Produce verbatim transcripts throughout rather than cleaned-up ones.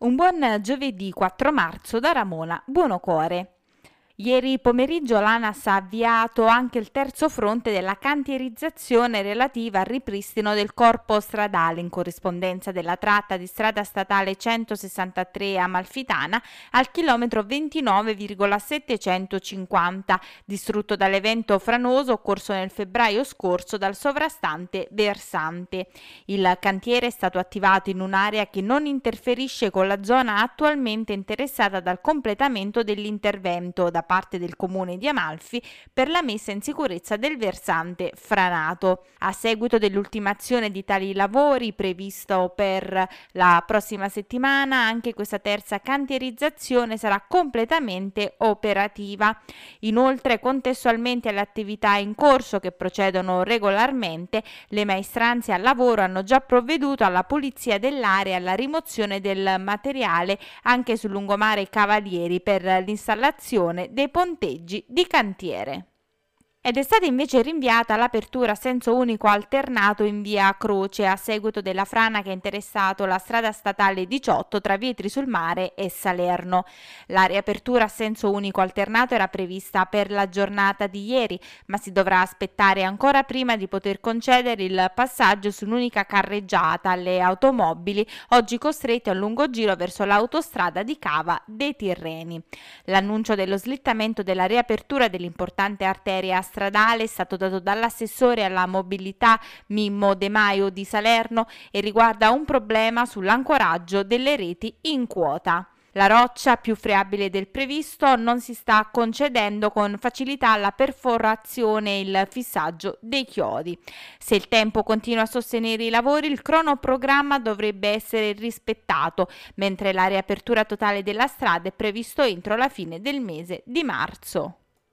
Un buon giovedì quattro marzo da Ramona Buonocore. Ieri pomeriggio l'ANAS ha avviato anche il terzo fronte della cantierizzazione relativa al ripristino del corpo stradale in corrispondenza della tratta di strada statale centosessantatré Amalfitana al chilometro ventinove virgola settecentocinquanta, distrutto dall'evento franoso occorso nel febbraio scorso dal sovrastante versante. Il cantiere è stato attivato in un'area che non interferisce con la zona attualmente interessata dal completamento dell'intervento da parte del comune di Amalfi per la messa in sicurezza del versante franato. A seguito dell'ultimazione di tali lavori previsto per la prossima settimana, anche questa terza cantierizzazione sarà completamente operativa. Inoltre, contestualmente alle attività in corso che procedono regolarmente, le maestranze al lavoro hanno già provveduto alla pulizia dell'area e alla rimozione del materiale anche sul lungomare Cavalieri per l'installazione dei ponteggi di cantiere. Ed è stata invece rinviata l'apertura a senso unico alternato in via Croce a seguito della frana che ha interessato la strada statale diciotto tra Vietri sul Mare e Salerno. La riapertura a senso unico alternato era prevista per la giornata di ieri, ma si dovrà aspettare ancora prima di poter concedere il passaggio su un'unica carreggiata alle automobili oggi costrette a un lungo giro verso l'autostrada di Cava dei Tirreni. L'annuncio dello slittamento della riapertura dell'importante arteria stradale è stato dato dall'assessore alla mobilità Mimmo De Maio di Salerno e riguarda un problema sull'ancoraggio delle reti in quota. La roccia, più friabile del previsto, non si sta concedendo con facilità la perforazione e il fissaggio dei chiodi. Se il tempo continua a sostenere i lavori, il cronoprogramma dovrebbe essere rispettato, mentre la riapertura totale della strada è previsto entro la fine del mese di marzo.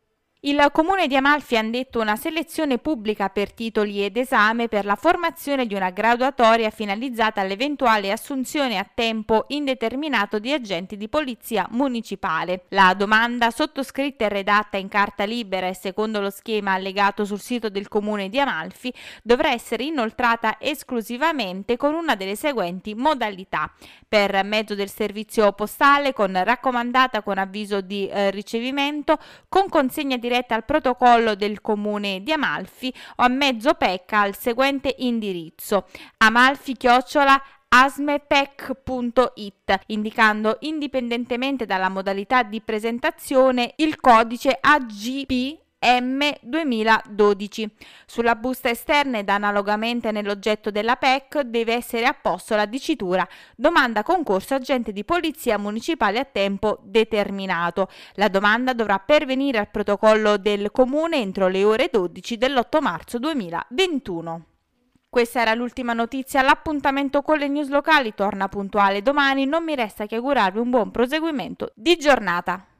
Il comune di Amalfi ha indetto una selezione pubblica per titoli ed esame per la formazione di una graduatoria finalizzata all'eventuale assunzione a tempo indeterminato di agenti di polizia municipale. La domanda, sottoscritta e redatta in carta libera e secondo lo schema allegato sul sito del comune di Amalfi, dovrà essere inoltrata esclusivamente con una delle seguenti modalità: per mezzo del servizio postale, con raccomandata con avviso di eh, ricevimento, con consegna diretta al protocollo del comune di Amalfi o a mezzo P E C al seguente indirizzo: amalfi chiocciola asmepec punto it, indicando indipendentemente dalla modalità di presentazione il codice A G P M duemiladodici. Sulla busta esterna ed analogamente nell'oggetto della P E C deve essere apposta la dicitura domanda concorso agente di polizia municipale a tempo determinato. La domanda dovrà pervenire al protocollo del comune entro le ore dodici dell'otto marzo duemilaventuno. Questa era l'ultima notizia. L'appuntamento con le news locali torna puntuale domani. Non mi resta che augurarvi un buon proseguimento di giornata.